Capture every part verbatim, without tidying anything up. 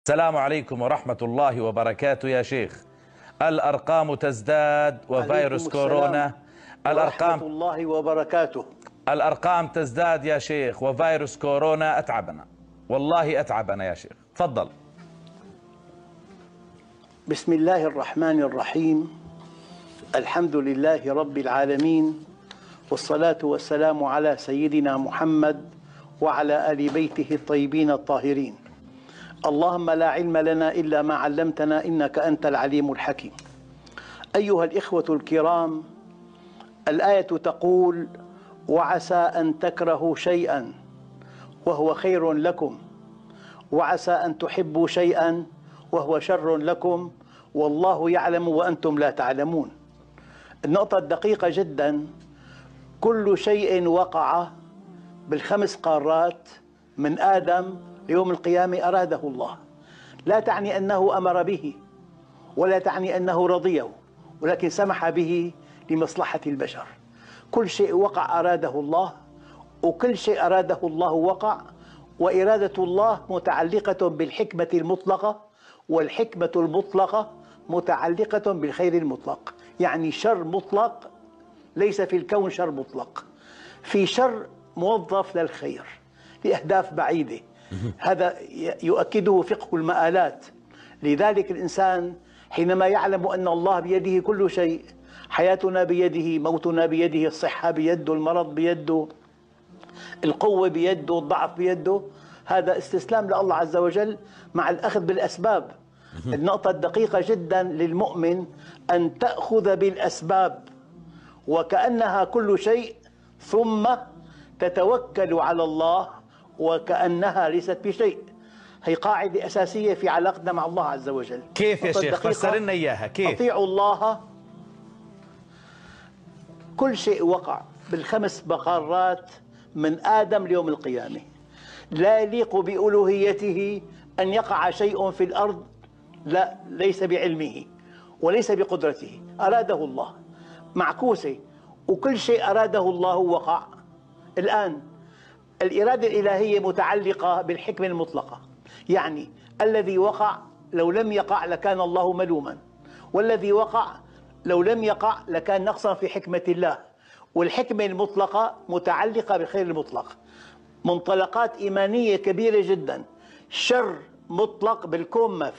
السلام عليكم ورحمة الله وبركاته يا شيخ. الأرقام تزداد وفيروس كورونا. الأرقام ورحمة الله وبركاته. الأرقام تزداد يا شيخ وفيروس كورونا أتعبنا، والله أتعبنا يا شيخ. تفضل. بسم الله الرحمن الرحيم. الحمد لله رب العالمين، والصلاة والسلام على سيدنا محمد وعلى آل بيته الطيبين الطاهرين. اللهم لا علم لنا إلا ما علمتنا إنك أنت العليم الحكيم. أيها الإخوة الكرام، الآية تقول: وعسى أن تكرهوا شيئا وهو خير لكم، وعسى أن تحبوا شيئا وهو شر لكم، والله يعلم وأنتم لا تعلمون. النقطة الدقيقة جدا: كل شيء وقع بالخمس قارات من آدم ليوم القيامة أراده الله. لا تعني أنه أمر به، ولا تعني أنه رضيه، ولكن سمح به لمصلحة البشر. كل شيء وقع أراده الله، وكل شيء أراده الله وقع، وإرادة الله متعلقة بالحكمة المطلقة، والحكمة المطلقة متعلقة بالخير المطلق. يعني شر مطلق ليس في الكون شر مطلق، في شر موظف للخير لأهداف بعيدة. هذا يؤكده فقه المآلات. لذلك الإنسان حينما يعلم أن الله بيده كل شيء، حياتنا بيده، موتنا بيده، الصحة بيده، المرض بيده، القوة بيده، الضعف بيده، هذا استسلام لله عز وجل مع الأخذ بالأسباب. النقطة الدقيقة جدا للمؤمن أن تأخذ بالأسباب وكأنها كل شيء، ثم تتوكل على الله وكأنها ليست بشيء. هي قاعدة أساسية في علاقتنا مع الله عز وجل. كيف يا شيخ؟ فسر لنا إياها. كيف؟ أطيعوا الله. كل شيء وقع بالخمس بقارات من آدم ليوم القيامة. لا يليق بألوهيته أن يقع شيء في الأرض، لا، ليس بعلمه وليس بقدرته، أراده الله. معكوسة، وكل شيء أراده الله وقع. الآن الإرادة الإلهية متعلقة بالحكمة المطلقة، يعني الذي وقع لو لم يقع لكان الله ملوما، والذي وقع لو لم يقع لكان نقصا في حكمة الله. والحكمة المطلقة متعلقة بالخير المطلق. منطلقات إيمانية كبيرة جدا. شر مطلق بالكون ما في،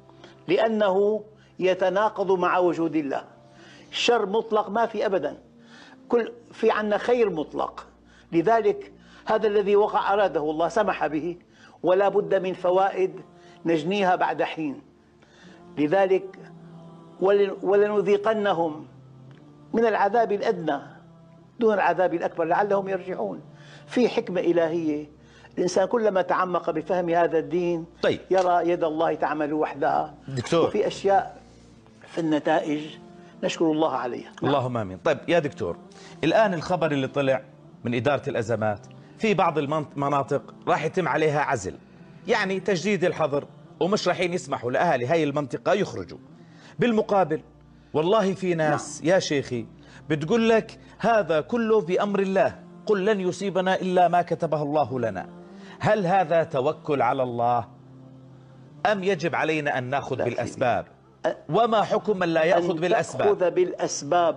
لأنه يتناقض مع وجود الله. شر مطلق ما في أبدا. كل في عنا خير مطلق. لذلك هذا الذي وقع أراده الله، سمح به، ولا بد من فوائد نجنيها بعد حين. لذلك ولنذيقنهم من العذاب الأدنى دون العذاب الأكبر لعلهم يرجعون. في حكمة إلهية. الإنسان كلما تعمق بفهم هذا الدين طيب. يرى يد الله تعمل وحدها. دكتور، وفي أشياء في النتائج نشكر الله عليها. اللهم آمين. طيب يا دكتور، الآن الخبر اللي طلع من إدارة الأزمات في بعض المناطق راح يتم عليها عزل، يعني تجديد الحظر، ومش رايحين يسمحوا لأهالي هاي المنطقة يخرجوا. بالمقابل والله في ناس نعم. يا شيخي بتقول لك هذا كله بأمر الله، قل لن يصيبنا إلا ما كتبه الله لنا. هل هذا توكل على الله أم يجب علينا أن نأخذ بالأسباب؟ وما حكم من لا يأخذ بالأسباب؟ أن تأخذ بالأسباب.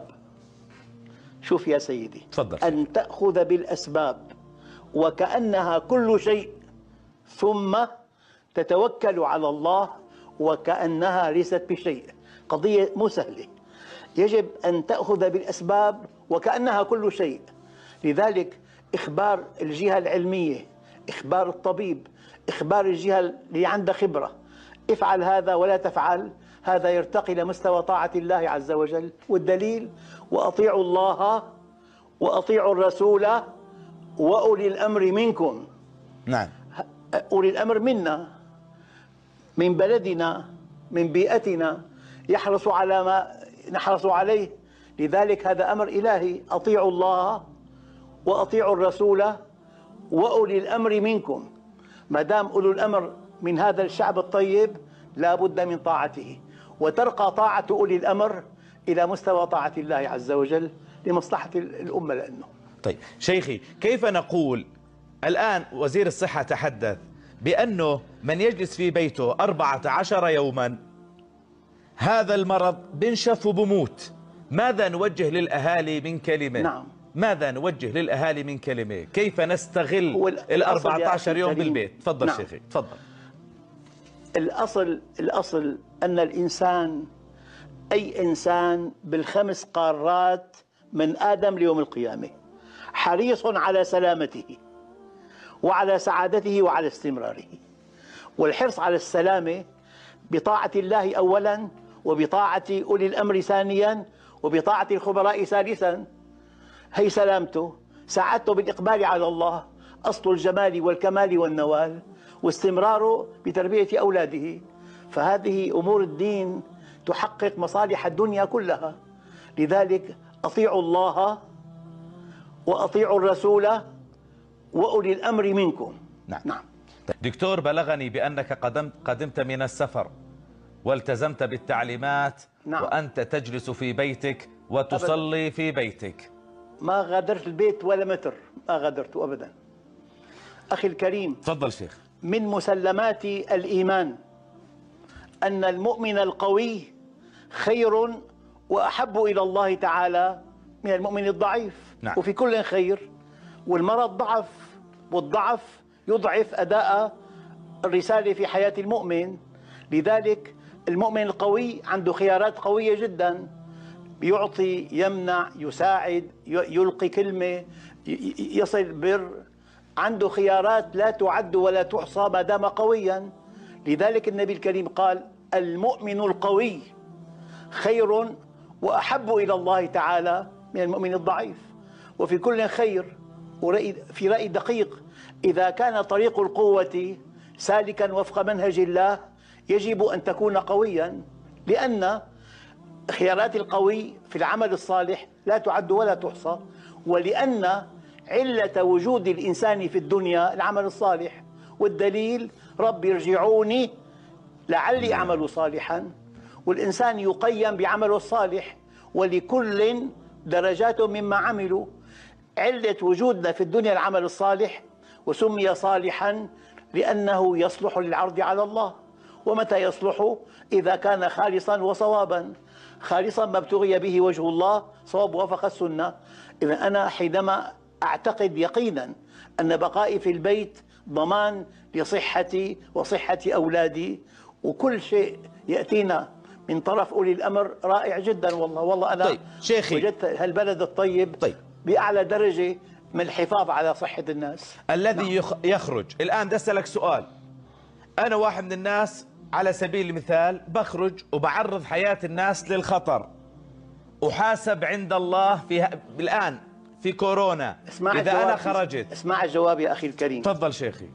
شوف يا سيدي، تفضل. أن تأخذ بالأسباب وكأنها كل شيء، ثم تتوكل على الله وكأنها ليست بشيء. قضية مو سهلة. يجب أن تأخذ بالأسباب وكأنها كل شيء. لذلك إخبار الجهة العلمية، إخبار الطبيب، إخبار الجهة اللي عندها خبرة، افعل هذا ولا تفعل، هذا يرتقي لمستوى طاعة الله عز وجل. والدليل: وأطيعوا الله وأطيعوا الرسول وأولي الأمر منكم. نعم. أولي الأمر منا، من بلدنا، من بيئتنا، يحرص على ما نحرص عليه. لذلك هذا أمر إلهي: أطيعوا الله وأطيعوا الرسول وأولي الأمر منكم. ما دام أولو الأمر من هذا الشعب الطيب لا بد من طاعته، وترقى طاعة أولي الأمر إلى مستوى طاعة الله عز وجل لمصلحة الأمة. لأنه طيب شيخي، كيف نقول الآن وزير الصحة تحدث بأنه من يجلس في بيته أربعة عشر يوما هذا المرض بنشف وبموت. ماذا نوجه للأهالي من كلمة؟ نعم. ماذا نوجه للأهالي من كلمة؟ كيف نستغل ال أربعة عشر يوم بالبيت؟ تفضل نعم. شيخي تفضل. الأصل الأصل أن الإنسان، أي إنسان بالخمس قارات من آدم ليوم القيامة حريص على سلامته وعلى سعادته وعلى استمراره. والحرص على السلامة بطاعة الله أولا، وبطاعة أولي الأمر ثانيا، وبطاعة الخبراء ثالثا. هي سلامته، سعادته بالإقبال على الله، أصل الجمال والكمال والنوال، واستمراره بتربية أولاده. فهذه أمور الدين تحقق مصالح الدنيا كلها. لذلك أطيعوا الله وأطيعوا الرسول وأولي الأمر منكم. نعم, نعم. دكتور، بلغني بأنك قدمت, قدمت من السفر والتزمت بالتعليمات. نعم. وأنت تجلس في بيتك وتصلي أبداً. في بيتك. ما غادرت البيت ولا متر، ما غادرته أبدا. أخي الكريم، تفضل شيخ. من مسلمات الإيمان أن المؤمن القوي خير وأحب إلى الله تعالى من المؤمن الضعيف. نعم. وفي كل خير. والمرض ضعف، والضعف يضعف أداء الرسالة في حياة المؤمن. لذلك المؤمن القوي عنده خيارات قوية جدا، يعطي، يمنع، يساعد، يلقي كلمة، يصل بر، عنده خيارات لا تعد ولا تحصى ما دام قويا. لذلك النبي الكريم قال: المؤمن القوي خير وأحب إلى الله تعالى من المؤمن الضعيف. وفي كل خير. وفي رأي دقيق، إذا كان طريق القوة سالكا وفق منهج الله يجب أن تكون قويا، لأن خيارات القوي في العمل الصالح لا تعد ولا تحصى، ولأن علة وجود الإنسان في الدنيا العمل الصالح. والدليل: رب ارجعوني لعلي أعمل صالحا. والإنسان يقيم بعمله الصالح، ولكل درجات مما عملوا. علة وجودنا في الدنيا العمل الصالح، وسمي صالحا لأنه يصلح للعرض على الله. ومتى يصلح؟ إذا كان خالصا وصوابا. خالصا ما ابتغي به وجه الله، صواب وفق السنة. إذا أنا حينما أعتقد يقينا أن بقائي في البيت ضمان لصحتي وصحة أولادي، وكل شيء يأتينا من طرف أولي الأمر رائع جدا. والله والله أنا طيب شيخي، وجدت هالبلد الطيب طيب. بأعلى درجة من الحفاظ على صحة الناس. الذي نعم. يخرج الآن، بدي أسألك سؤال. أنا واحد من الناس على سبيل المثال بخرج وبعرض حياة الناس للخطر، أحاسب عند الله في الآن في كورونا. إذا أنا خرجت. اسمع الجواب يا أخي الكريم. تفضل شيخي.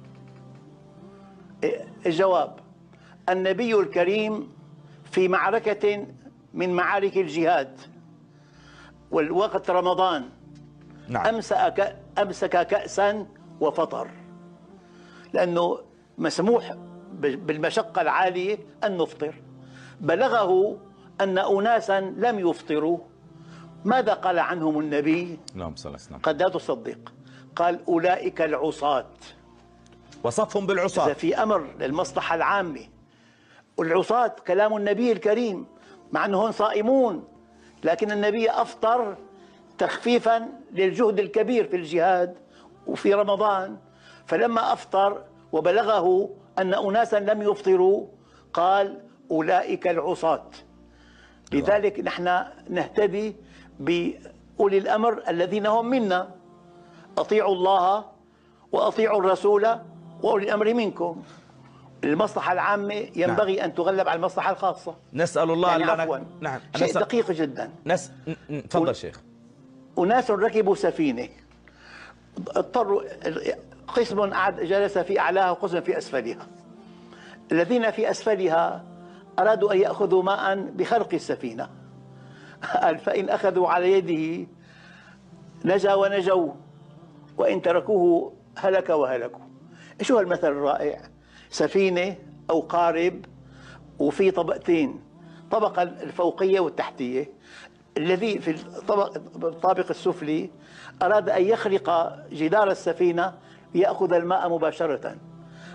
الجواب: النبي الكريم في معركة من معارك الجهاد والوقت رمضان، نعم. أمسك, أمسك كأسا وفطر، لأنه مسموح بالمشقة العالية أن نفطر. بلغه أن أناسا لم يفطروا. ماذا قال عنهم النبي؟ اللهم صل وسلم. قد لا تصدق. قال: أولئك العصاة. وصفهم بالعصاة. إذا في أمر للمصلحة العامة، والعصاة كلام النبي الكريم، مع أنهم صائمون، لكن النبي أفطر تخفيفا للجهد الكبير في الجهاد وفي رمضان. فلما أفطر وبلغه أن أناسا لم يفطروا قال: أولئك العصاة. لذلك نحن نهتدي بأولي الأمر الذين هم منا. أطيعوا الله وأطيعوا الرسول وأولي الأمر منكم. المصلحة العامة ينبغي نعم. أن تغلب على المصلحة الخاصة. نسأل الله يعني عفوا. نعم. شيء نسأل... دقيق جدا. نس... تفضل و... شيخ. أناس ركبوا سفينة، اضطروا، قسم قعد جلس في أعلاها وقسم في أسفلها. الذين في أسفلها أرادوا أن يأخذوا ماء بخرق السفينة. قال: فإن أخذوا على يده نجا ونجوا، وإن تركوه هلك وهلكوا. شو هالمثل الرائع؟ سفينة أو قارب وفي طبقتين، طبقة الفوقية والتحتية. الذي في الطبق الطابق السفلي أراد أن يخرق جدار السفينة ليأخذ الماء مباشرة.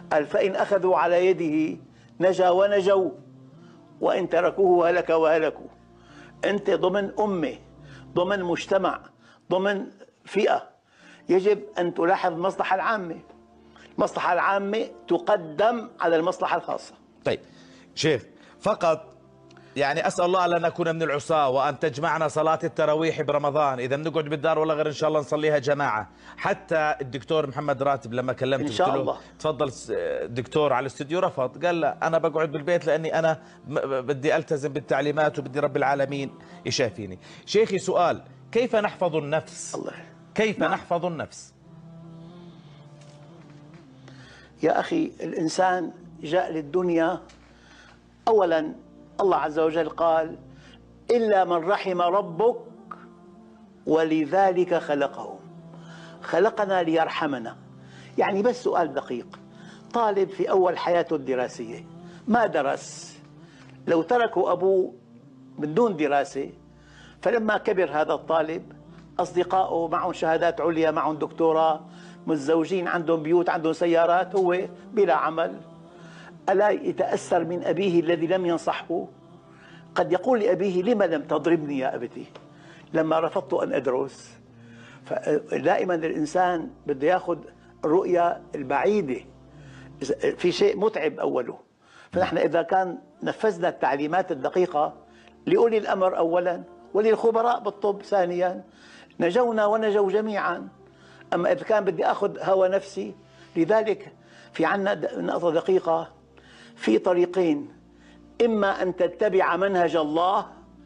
قال فإن أخذوا على يده نجا ونجوا وإن تركوه هلك وهلكوا. أنت ضمن أمة، ضمن مجتمع، ضمن فئة، يجب أن تلاحظ المصلحة العامة. المصلحة العامة تقدم على المصلحة الخاصة. طيب شيخ، فقط يعني أسأل الله ألا نكون من العصاة وأن تجمعنا صلاة التراويح برمضان. إذا بنقعد بالدار ولا غير إن شاء الله نصليها جماعة. حتى الدكتور محمد راتب لما كلمته إن شاء قلت له الله تفضل الدكتور على الاستوديو، رفض، قال لا أنا بقعد بالبيت لأني أنا بدي ألتزم بالتعليمات وبدي رب العالمين يشافيني. شيخي سؤال، كيف نحفظ النفس؟ الله. كيف نعم. نحفظ النفس؟ يا أخي، الإنسان جاء للدنيا أولا الله عز وجل قال إلا من رحم ربك ولذلك خلقهم. خلقنا ليرحمنا. يعني بس سؤال دقيق، طالب في أول حياته الدراسية ما درس، لو تركوا أبوه من دون دراسة، فلما كبر هذا الطالب أصدقائه معهم شهادات عليا، معهم دكتوراه، متزوجين، عندهم بيوت، عندهم سيارات، هو بلا عمل، ألا يتأثر من أبيه الذي لم ينصحه؟ قد يقول لأبيه لما لم تضربني يا أبتي لما رفضت أن أدرس. فدائما الإنسان بده يأخذ الرؤية البعيدة، في شيء متعب أوله. فنحن إذا كان نفذنا التعليمات الدقيقة لأولي الأمر أولا وللخبراء بالطب ثانيا، نجونا ونجوا جميعا. أما إذا كان بدي أخذ هوى نفسي، لذلك في عنا نقطة دقيقة، في طريقين، إما أن تتبع منهج الله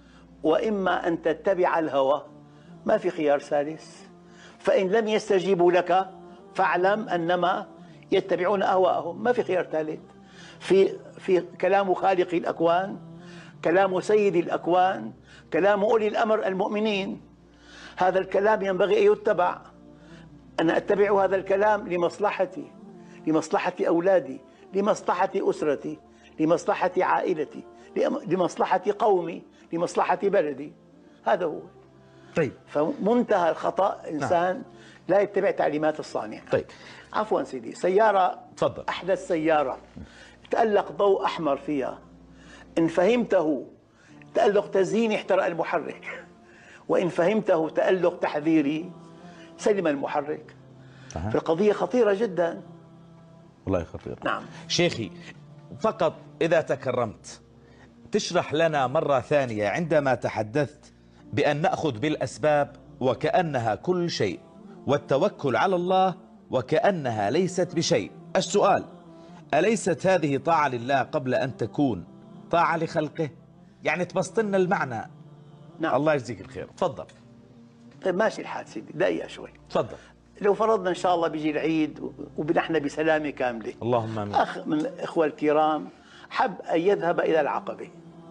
وإما أن تتبع الهوى، ما في خيار ثالث. فإن لم يستجيبوا لك فاعلم أنما يتبعون أهواءهم، ما في خيار ثالث. في في كلام خالق الأكوان، كلام سيد الأكوان، كلام أولي الأمر المؤمنين. هذا الكلام ينبغي أن يتبع. أنا أتبع هذا الكلام لمصلحتي، لمصلحة أولادي، لمصلحة أسرتي، لمصلحة عائلتي، لمصلحة قومي، لمصلحة بلدي. هذا هو. طيب، فمنتهى الخطأ إنسان نعم. لا يتبع تعليمات الصانع. طيب، عفوا سيدي، سيارة، تفضل. أحدث سيارة تألق ضوء أحمر فيها، إن فهمته تألق تزييني احترق المحرك، وإن فهمته تألق تحذيري سلم المحرك. أه. فالقضية خطيرة جدا. والله خطيرة. نعم. شيخي، فقط إذا تكرمت تشرح لنا مرة ثانية عندما تحدثت بأن نأخذ بالأسباب وكأنها كل شيء، والتوكل على الله وكأنها ليست بشيء. السؤال، أليست هذه طاعة لله قبل أن تكون طاعة لخلقه؟ يعني تبسط لنا المعنى. نعم. الله يجزيك الخير. تفضل. طيب ماشي الحال سيدي، دقيقة شوي. تفضل. لو فرضنا إن شاء الله بيجي العيد ونحن بسلامة كاملة، اللهم آمين، أخ من الإخوة الكرام حب أن يذهب إلى العقبة،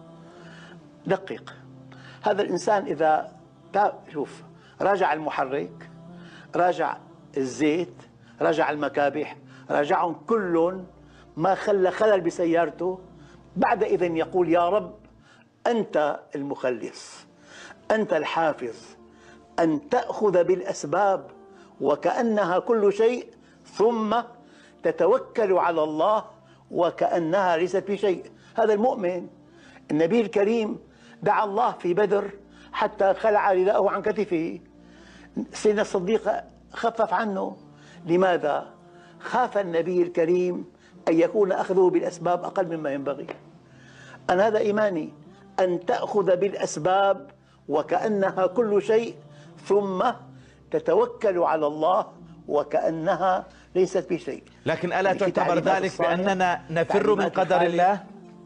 دقق، هذا الإنسان إذا شوف راجع المحرك، راجع الزيت، راجع المكابح، راجعهم كلهم، ما خلى خلل بسيارته، بعد إذن يقول يا رب أنت المخلص، أنت الحافظ، أن تأخذ بالأسباب وكأنها كل شيء، ثم تتوكل على الله وكأنها ليست بشيء. هذا المؤمن. النبي الكريم دعا الله في بدر حتى خلع رداءه عن كتفه. سيدنا الصديق خفف عنه. لماذا؟ خاف النبي الكريم أن يكون أخذه بالأسباب أقل مما ينبغي. أنا هذا إيماني، أن تأخذ بالأسباب وكأنها كل شيء، ثم تتوكل على الله وكأنها ليست بشيء. لكن ألا تعتبر ذلك بأننا نفر من قدر الله؟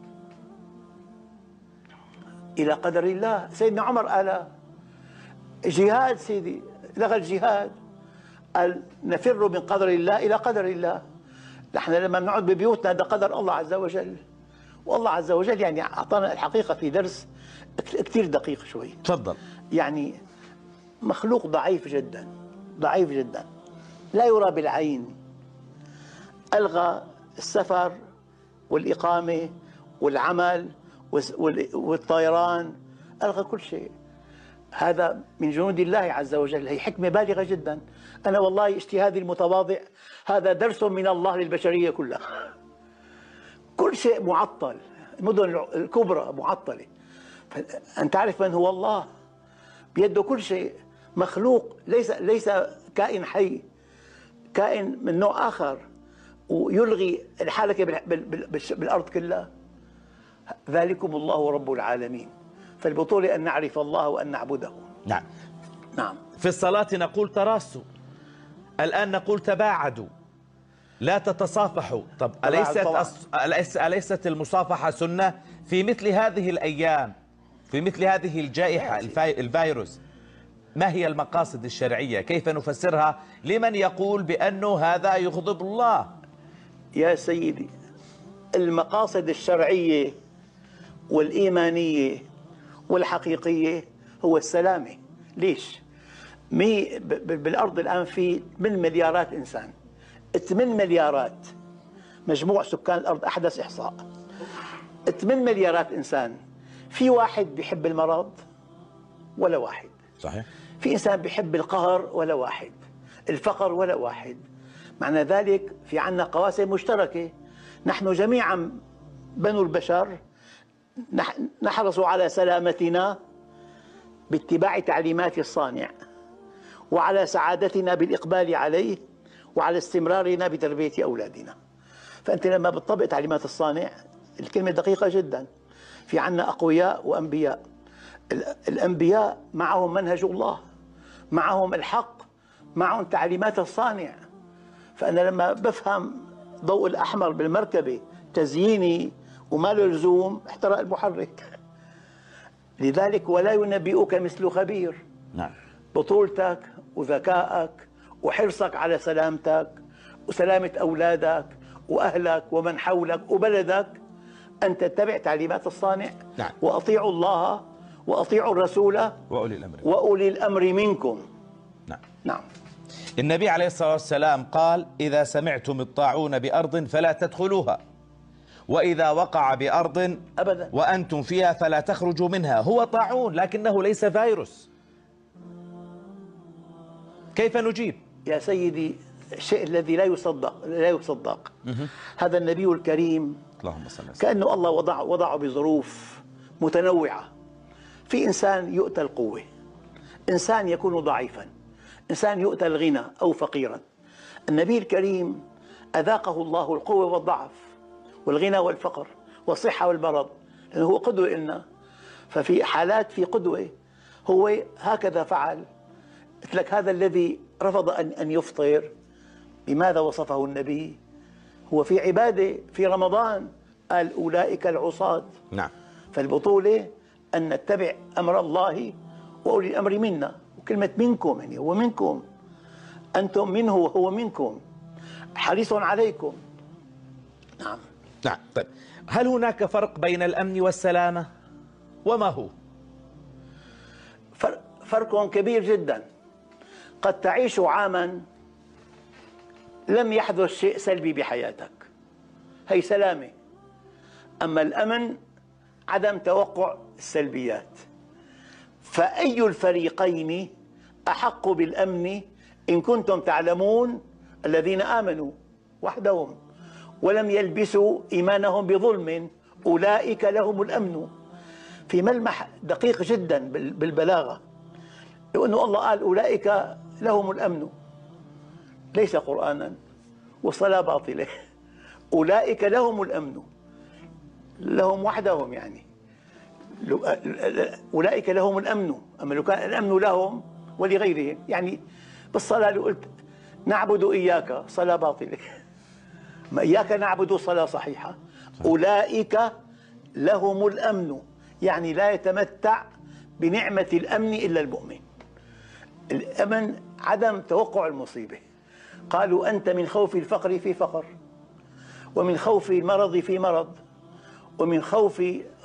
إلى قدر الله. سيدنا عمر قال جهاد سيدي، لغى الجهاد، قال نفر من قدر الله إلى قدر الله. نحن لما بنقعد ببيوتنا ده قدر الله عز وجل، والله عز وجل يعني أعطانا الحقيقة في درس كثير دقيق شوي. تفضل. يعني مخلوق ضعيف جدا، ضعيف جدا، لا يرى بالعين. ألغى السفر والإقامة والعمل والطيران، ألغى كل شيء. هذا من جنود الله عز وجل، هي حكمة بالغة جدا. أنا والله اجتهادي المتواضع هذا درس من الله للبشرية كلها. كل شيء معطل، المدن الكبرى معطلة. أن تعرف من هو الله، بيده كل شيء، مخلوق، ليس ليس كائن حي، كائن من نوع آخر، ويلغي الحركة بالأرض كلها. ذلكم الله رب العالمين. فالبطولة أن نعرف الله وأن نعبده. نعم نعم. في الصلاة نقول تراصوا، الآن نقول تباعدوا، لا تتصافحوا. طب أليست أص... أليس... أليست المصافحة سنة في مثل هذه الأيام، في مثل هذه الجائحة الفي... الفيروس؟ ما هي المقاصد الشرعية؟ كيف نفسرها لمن يقول بأنه هذا يغضب الله؟ يا سيدي، المقاصد الشرعية والإيمانية والحقيقية هو السلامة. ليش؟ مي بالأرض الآن في ثمانية مليارات إنسان، ثمانية مليارات مجموع سكان الأرض، أحدث إحصاء، ثمانية مليارات إنسان. في واحد بيحب المرض ولا واحد؟ صحيح. في إنسان بيحب القهر ولا واحد؟ الفقر ولا واحد؟ معنى ذلك في عنا قواسم مشتركة. نحن جميعا بنو البشر نحرص على سلامتنا باتباع تعليمات الصانع، وعلى سعادتنا بالإقبال عليه، وعلى استمرارنا بتربية أولادنا. فأنت لما بتطبق تعليمات الصانع، الكلمة دقيقة جدا، في عنا أقوياء وأنبياء. الأنبياء معهم منهج الله، معهم الحق، معهم تعليمات الصانع. فأنا لما بفهم ضوء الأحمر بالمركبة تزييني وما له لزوم، احترق المحرك. لذلك ولا ينبئك مثل خبير. نعم. بطولتك وذكائك وحرصك على سلامتك وسلامة أولادك وأهلك ومن حولك وبلدك أن تتبع تعليمات الصانع. نعم. وأطيعوا الله وأطيعوا الرسول وأولي الأمر وأولي الأمر منكم. نعم. نعم. النبي عليه الصلاة والسلام قال: إذا سمعتم الطاعون بأرض فلا تدخلوها، وإذا وقع بأرض أبدا وأنتم فيها فلا تخرجوا منها. هو طاعون لكنه ليس فيروس. كيف نجيب؟ يا سيدي، الشيء الذي لا يصدق لا يصدق هذا النبي الكريم، اللهم صل وسلم، كأنه الله وضع وضعه بظروف متنوعة. في إنسان يؤتى القوة، إنسان يكون ضعيفا، إنسان يؤتى الغنى أو فقيرا. النبي الكريم أذاقه الله القوة والضعف والغنى والفقر والصحة والمرض، لأنه هو قدوة لنا. ففي حالات في قدوة هو هكذا فعل. قلت لك هذا الذي رفض أن أن يفطر، بماذا وصفه النبي؟ هو في عبادة في رمضان قال: أولئك العصاة. نعم. فالبطولة أن نتبع أمر الله وأولي الأمر منا. وكلمة منكم يعني هو منكم، أنتم منه وهو منكم، حريص عليكم. نعم. نعم. طيب، هل هناك فرق بين الأمن والسلامة؟ وما هو؟ فرق كبير جدا. قد تعيش عاما لم يحدث شيء سلبي بحياتك، هي سلامة. أما الأمن عدم توقع السلبيات. فأي الفريقين أحق بالأمن إن كنتم تعلمون؟ الذين آمنوا وحدهم ولم يلبسوا إيمانهم بظلم أولئك لهم الأمن. في ملمح دقيق جدا بالبلاغة، لأنه الله قال أولئك لهم الأمن، ليس قرآنا، والصلاة باطلة. أولئك لهم الأمن، لهم وحدهم يعني. أولئك لهم الأمن، أما لو كان الأمن لهم ولغيرهم يعني. بالصلاة لو قلت نعبد إياك، صلاة باطلة. ما إياك نعبد صلاة صحيحة. أولئك لهم الأمن، يعني لا يتمتع بنعمة الأمن إلا المؤمن. الأمن عدم توقع المصيبة. قالوا أنت من خوف الفقر في فقر، ومن خوف المرض في مرض، ومن خوف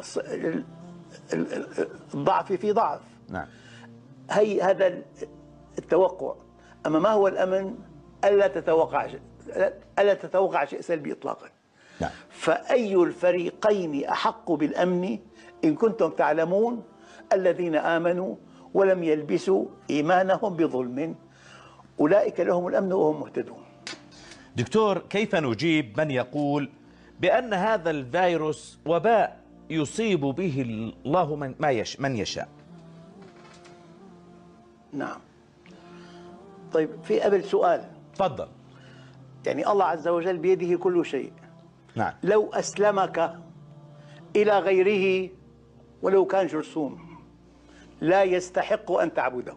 الضعف في ضعف. نعم. هي هذا التوقع. أما ما هو الأمن؟ ألا تتوقع شيء، ألا تتوقع شيء سلبي إطلاقا. نعم. فأي الفريقين أحق بالأمن إن كنتم تعلمون؟ الذين آمنوا ولم يلبسوا إيمانهم بظلم أولئك لهم الأمن وهم مهتدون. دكتور، كيف نجيب من يقول بأن هذا الفيروس وباء يصيب به الله من ما يش من يشاء؟ نعم. طيب، في قبل سؤال. تفضل. يعني الله عز وجل بيده كل شيء. نعم. لو أسلمك إلى غيره ولو كان جرثوم لا يستحق أن تعبده،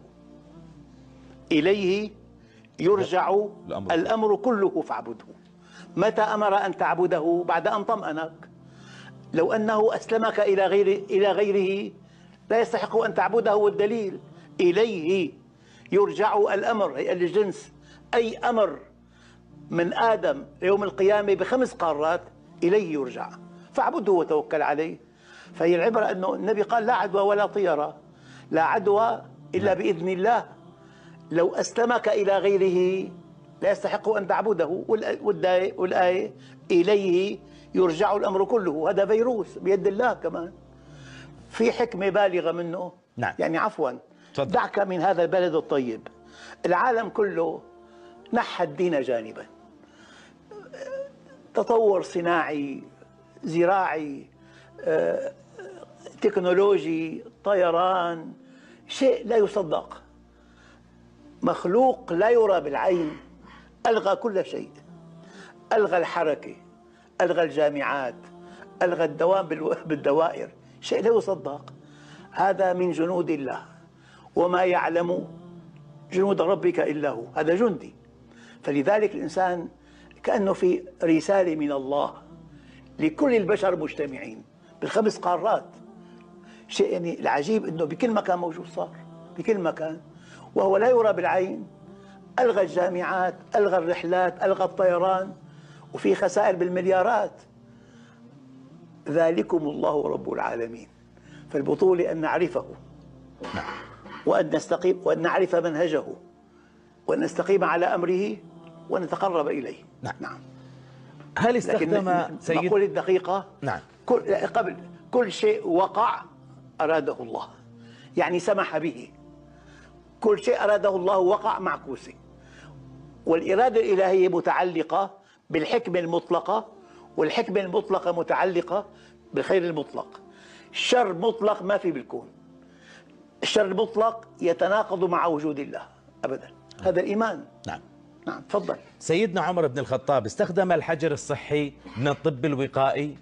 إليه يرجع الأمر, الأمر كله فاعبده. متى أمر أن تعبده؟ بعد أن طمأنك. لو أنه أسلمك إلى غير إلى غيره لا يستحق أن تعبده، والدليل إليه يرجع الأمر، هي الجنس. أي أمر من آدم يوم القيامة بخمس قارات إليه يرجع، فاعبده وتوكل عليه. فهي العبرة أنه النبي قال: لا عدوى ولا طيرة، لا عدوى إلا بإذن الله. لو أسلمك إلى غيره لا يستحق أن تعبده، والآية إليه يرجع الأمر كله. هذا فيروس بيد الله كمان، في حكمة بالغة منه. نعم. يعني عفوا، تفضل. دعك من هذا البلد الطيب، العالم كله نحى الدين جانبا، تطور صناعي، زراعي، تكنولوجي، طيران، شيء لا يصدق. مخلوق لا يرى بالعين ألغى كل شيء، ألغى الحركة، ألغى الجامعات، ألغى الدوام بالدوائر، شيء لا يصدق. هذا من جنود الله، وما يعلم جنود ربك إلا هو، هذا جندي. فلذلك الإنسان كأنه في رسالة من الله لكل البشر مجتمعين بالخمس قارات. شيء يعني العجيب أنه بكل مكان موجود، صار بكل مكان وهو لا يرى بالعين. ألغى الجامعات، ألغى الرحلات، ألغى الطيران، وفي خسائر بالمليارات. ذلكم الله رب العالمين. فالبطولة أن نعرفه وأن نستقيم، وأن نعرف منهجه، وأن نستقيم على أمره ونتقرب إليه. نعم. نعم. هل استخدم سيد مقولة الدقيقة؟ نعم. كل قبل كل شيء وقع أراده الله، يعني سمح به. كل شيء أراده الله وقع معكوسة، والإرادة الإلهية متعلقة بالحكمة المطلقة، والحكمة المطلقة متعلقة بالخير المطلق. الشر مطلق ما في بالكون، الشر المطلق يتناقض مع وجود الله أبدا. هذا الإيمان. نعم. نعم. تفضل. سيدنا عمر بن الخطاب استخدم الحجر الصحي من الطب الوقائي.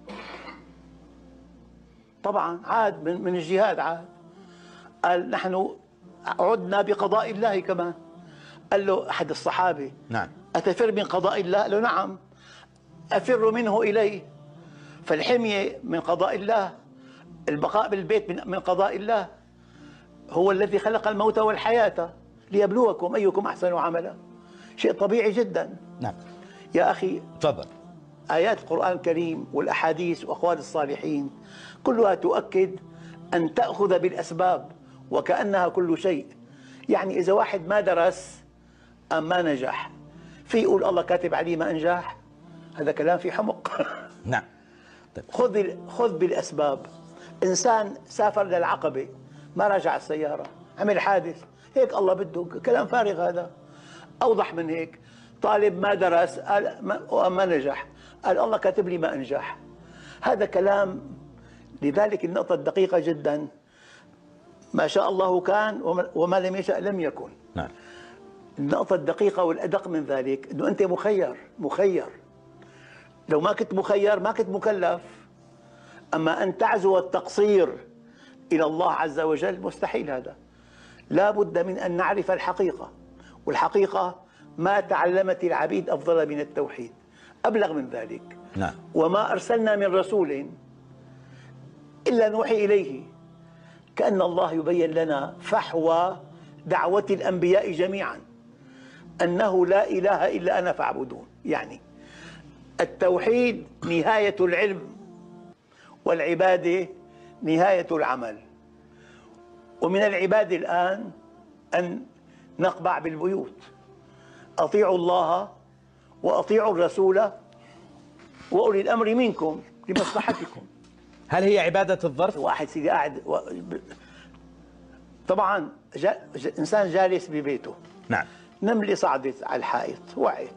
طبعا عاد من, من الجهاد، عاد قال: نحن عدنا بقضاء الله كمان. قال له أحد الصحابة: نعم. أتفر من قضاء الله؟ قال له: نعم، أفر منه إليه. فالحمية من قضاء الله، البقاء بالبيت من, من قضاء الله. هو الذي خلق الموت والحياة ليبلوكم أيكم أحسن عملا. شيء طبيعي جدا. نعم. يا أخي تفضل. آيات القرآن الكريم والأحاديث وأقوال الصالحين كلها تؤكد أن تأخذ بالأسباب وكأنها كل شيء. يعني إذا واحد ما درس أم ما نجح، في يقول الله كاتب عليه ما أنجح؟ هذا كلام في حمق. نعم. طيب. خذ خذ بالأسباب. إنسان سافر للعقبة ما رجع السيارة، عمل حادث، هيك الله بده، كلام فارغ هذا. أوضح من هيك، طالب ما درس قال ما, ما نجح، قال الله كاتب لي ما أنجح. هذا كلام. لذلك النقطة الدقيقة جدا: ما شاء الله كان وما لم يشاء لم يكن. نعم. النقطة الدقيقة والأدق من ذلك أنه أنت مخير. مخير. لو ما كنت مخير ما كنت مكلف. أما أن تعزو التقصير إلى الله عز وجل مستحيل. هذا لا بد من أن نعرف الحقيقة، والحقيقة ما تعلمت العبيد أفضل من التوحيد، أبلغ من ذلك. نعم. وما أرسلنا من رسول إلا نوحي إليه. كأن الله يبين لنا فحوى دعوة الأنبياء جميعا، أنه لا إله إلا أنا فاعبدون. يعني التوحيد نهاية العلم، والعبادة نهاية العمل. ومن العبادة الآن أن نقبع بالبيوت: أطيعوا الله وأطيعوا الرسول وأولي الأمر منكم لمصلحتكم. هل هي عبادة الظرف؟ واحد سيدي قاعد و... طبعا جا... ج... إنسان جالس ببيته، نعم، نملة صعدت على الحائط وقعت.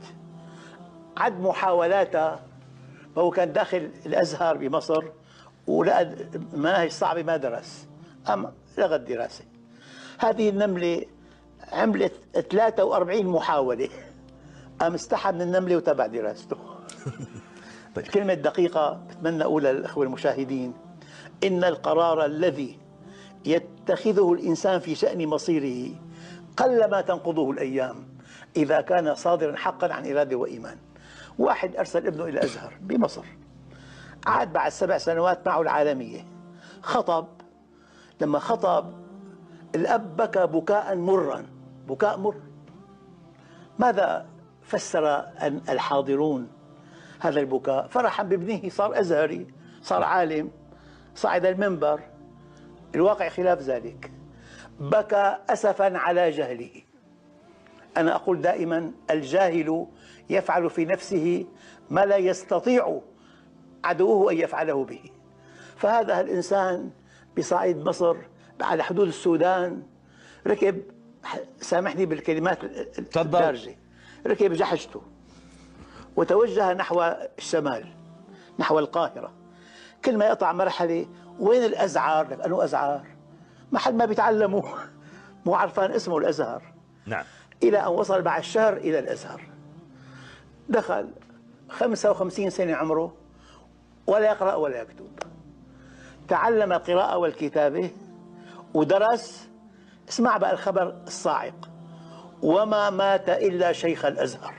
عد محاولاتها، فهو كان داخل الأزهر بمصر ولقى مناهج صعبة ما درس، أم لغى الدراسة. هذه النملة عملت ثلاثة وأربعين محاولة، قام استحى من النملة وتبع دراسته. طيب. كلمة دقيقة بتمنى أقولها للأخوة المشاهدين: إن القرار الذي يتخذه الإنسان في شأن مصيره قلما تنقضه الأيام إذا كان صادرا حقا عن إرادة وإيمان. واحد أرسل ابنه إلى الأزهر بمصر، عاد بعد سبع سنوات معه العالمية، خطب. لما خطب الأب بكى بكاء مرا، بكاء مر. ماذا فسر الحاضرون هذا البكاء؟ فرحا بابنه، صار أزهري، صار عالم، صعد المنبر. الواقع خلاف ذلك، بكى أسفا على جهله. أنا أقول دائما: الجاهل يفعل في نفسه ما لا يستطيع عدوه أن يفعله به. فهذا الإنسان بصعيد مصر على حدود السودان ركب، سامحني بالكلمات الدارجة، ركب جحشته وتوجه نحو الشمال، نحو القاهرة. كل ما يقطع مرحلة: وين الأزعار؟ لك أنه أزعار؟ ما حد ما بيتعلموا، مو عرفان اسمه الأزهر. نعم. إلى أن وصل بعد الشهر إلى الأزهر. دخل خمسة وخمسين سنة عمره، ولا يقرأ ولا يكتب. تعلم القراءة والكتابة ودرس. اسمع بقى الخبر الصاعق: وما مات إلا شيخ الأزهر،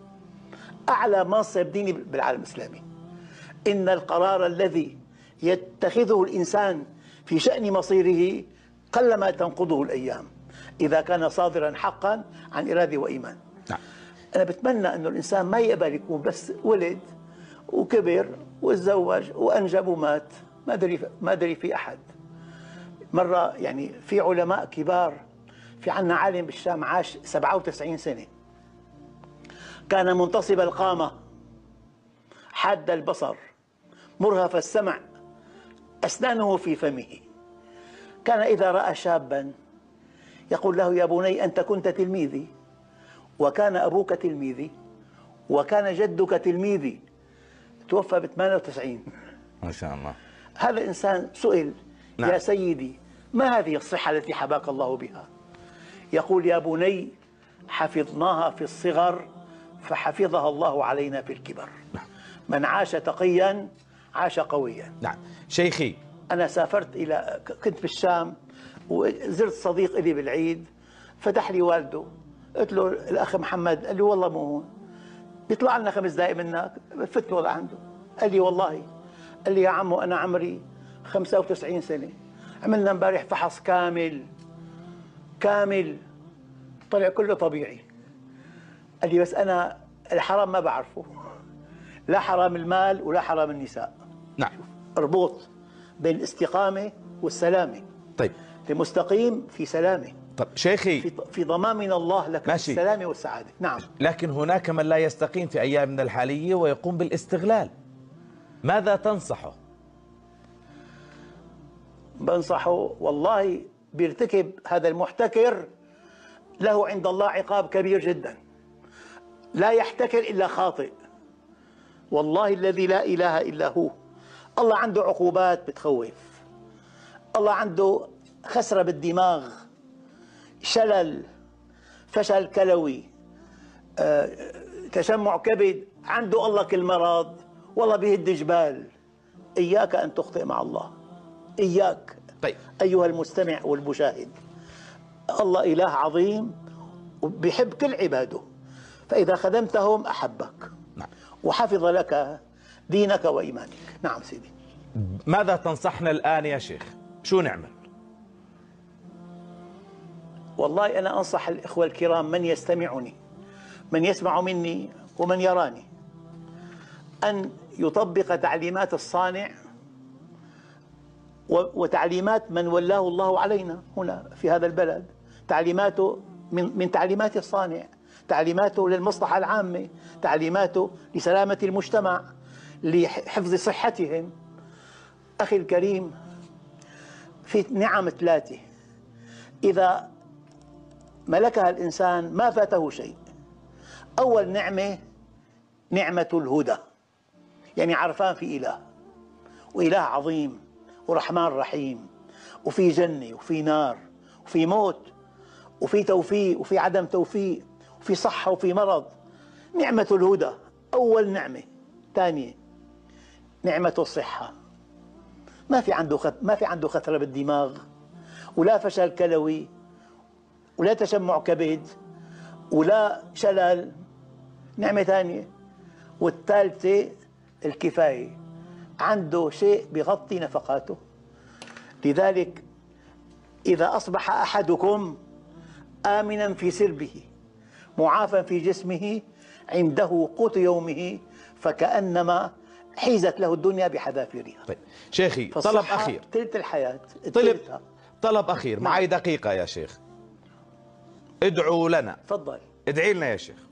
أعلى منصب ديني بالعالم الإسلامي. إن القرار الذي يتخذه الإنسان في شأن مصيره قلما تنقضه الأيام إذا كان صادرا حقا عن إرادة وإيمان. نعم. أنا بتمنى أنه الإنسان ما يقبل يكون بس ولد وكبر وتزوج وأنجب ومات، ما أدري ما أدري في أحد. مرة يعني في علماء كبار، في عنا عالم بالشام عاش سبعة وتسعين سنة، كان منتصب القامة، حاد البصر، مرهف السمع، أسنانه في فمه. كان إذا رأى شابا يقول له: يا بني أنت كنت تلميذي، وكان أبوك تلميذي، وكان جدك تلميذي. توفى ب ثمانية وتسعين. ما شاء الله. هذا الإنسان سئل: نعم. يا سيدي ما هذه الصحة التي حباك الله بها؟ يقول: يا بني حفظناها في الصغر فحفظها الله علينا في الكبر. نعم. من عاش تقيا عاش قويا. نعم. شيخي، أنا سافرت إلى، كنت بالشام وزرت صديق لي بالعيد، فتح لي والده، قلت له: الأخ محمد. قال لي: والله مو هون، بيطلع لنا خمس دقائق منك. فتت والله عنده. قال لي: والله. قال لي: يا عمو أنا عمري خمسة وتسعين سنة، عملنا امبارح فحص كامل كامل طلع كله طبيعي. قال لي: بس أنا الحرام ما بعرفه، لا حرام المال ولا حرام النساء. نعم. اربط بين الاستقامة والسلامة. طيب. المستقيم في سلامة. طب شيخي، في في ضمان من الله لك ماشي. السلامة والسعادة. نعم. لكن هناك من لا يستقيم في أيامنا الحالية ويقوم بالاستغلال، ماذا تنصحه؟ بنصحه والله بيرتكب هذا المحتكر له عند الله عقاب كبير جدا. لا يحتكر إلا خاطئ، والله الذي لا إله إلا هو. الله عنده عقوبات بتخوف، الله عنده خسرة بالدماغ، شلل، فشل كلوي، أه، تشمع كبد، عنده الله كل مرض، والله بيهد جبال. إياك أن تخطئ مع الله، إياك. طيب. أيها المستمع والمشاهد، الله إله عظيم وبيحب كل عباده، فإذا خدمتهم أحبك. نعم. وحفظ لك دينك وإيمانك. نعم سيدي. ماذا تنصحنا الآن يا شيخ؟ شو نعمل؟ والله أنا أنصح الإخوة الكرام، من يستمعني، من يسمع مني ومن يراني، أن يطبق تعليمات الصانع وتعليمات من ولاه الله علينا هنا في هذا البلد. تعليماته من من تعليمات الصانع، تعليماته للمصلحة العامة، تعليماته لسلامة المجتمع، لحفظ إذا ملكها الإنسان ما فاته شيء. أول نعمة نعمة الهدى، يعني عرفان في إله، وإله عظيم ورحمن رحيم، وفي جنة وفي نار وفي موت وفي توفيق وفي عدم توفيق وفي صحة وفي مرض. نعمة الهدى أول نعمة. ثانية نعمة الصحة، ما في عنده خت... ما في عنده خثرة بالدماغ، ولا فشل كلوي، ولا تشمع كبد، ولا شلل. نعمة ثانية. والثالثة الكفاية، عنده شيء بيغطي نفقاته. لذلك إذا أصبح أحدكم آمنا في سربه معافى في جسمه عنده قوت يومه فكأنما حيزت له الدنيا بحذافيرها. طيب شيخي، طلب أخير. تلت الحياة. طلب طلب أخير معي دقيقة يا شيخ. ادعوا لنا. تفضل. ادعي لنا يا شيخ.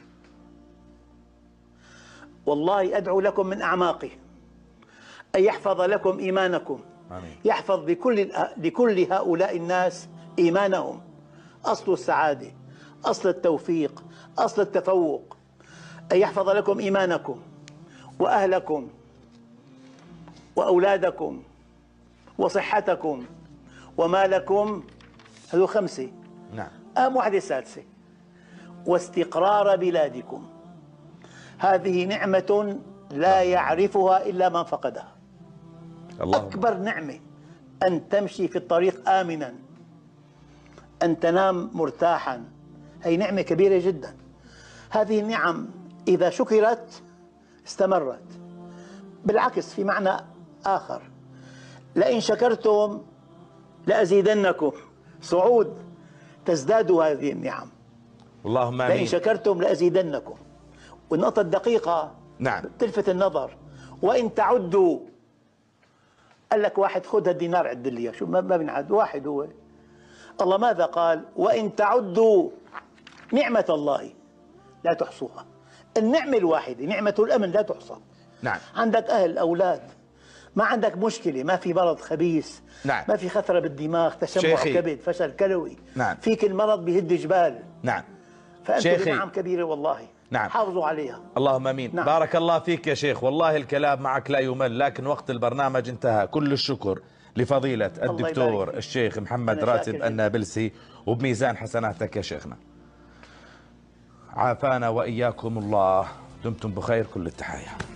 والله أدعو لكم من أعماقي أن يحفظ لكم إيمانكم. آمين. يحفظ لكل لكل هؤلاء الناس إيمانهم، أصل السعادة، أصل التوفيق، أصل التفوق. أن يحفظ لكم إيمانكم وأهلكم وأولادكم وصحتكم ومالكم. هذو خمسة. نعم. أهم واحدة السادسة، واستقرار بلادكم. هذه نعمة لا يعرفها إلا من فقدها. الله. أكبر نعمة أن تمشي في الطريق آمنا، أن تنام مرتاحا، هي نعمة كبيرة جدا. هذه النعم إذا شكرت استمرت. بالعكس في معنى آخر، لئن شكرتم لأزيدنكم. صعود، تزداد هذه النعم. اللهم آمين. لئن شكرتم لأزيدنكم. والنقطة الدقيقة نعم تلفت النظر، وإن تعدوا. قال لك واحد خذ هالدينار عد لي، شو ما بنعد، واحد هو. الله ماذا قال؟ وإن تعدوا نعمة الله لا تحصوها. النعمة الواحدة نعمة الأمن لا تحصى. نعم. عندك أهل أولاد، ما عندك مشكلة، ما في مرض خبيث. نعم. ما في خثرة بالدماغ، تشمع كبد، فشل كلوي. نعم. فيك المرض بيهد جبال. نعم. فأنت بنعم كبيرة والله. نعم. حافظوا عليها. اللهم امين. نعم. بارك الله فيك يا شيخ، والله الكلام معك لا يمل، لكن وقت البرنامج انتهى. كل الشكر لفضيلة الدكتور الشيخ محمد راتب النابلسي، وبميزان حسناتك يا شيخنا. عافانا وإياكم الله، دمتم بخير، كل التحايا.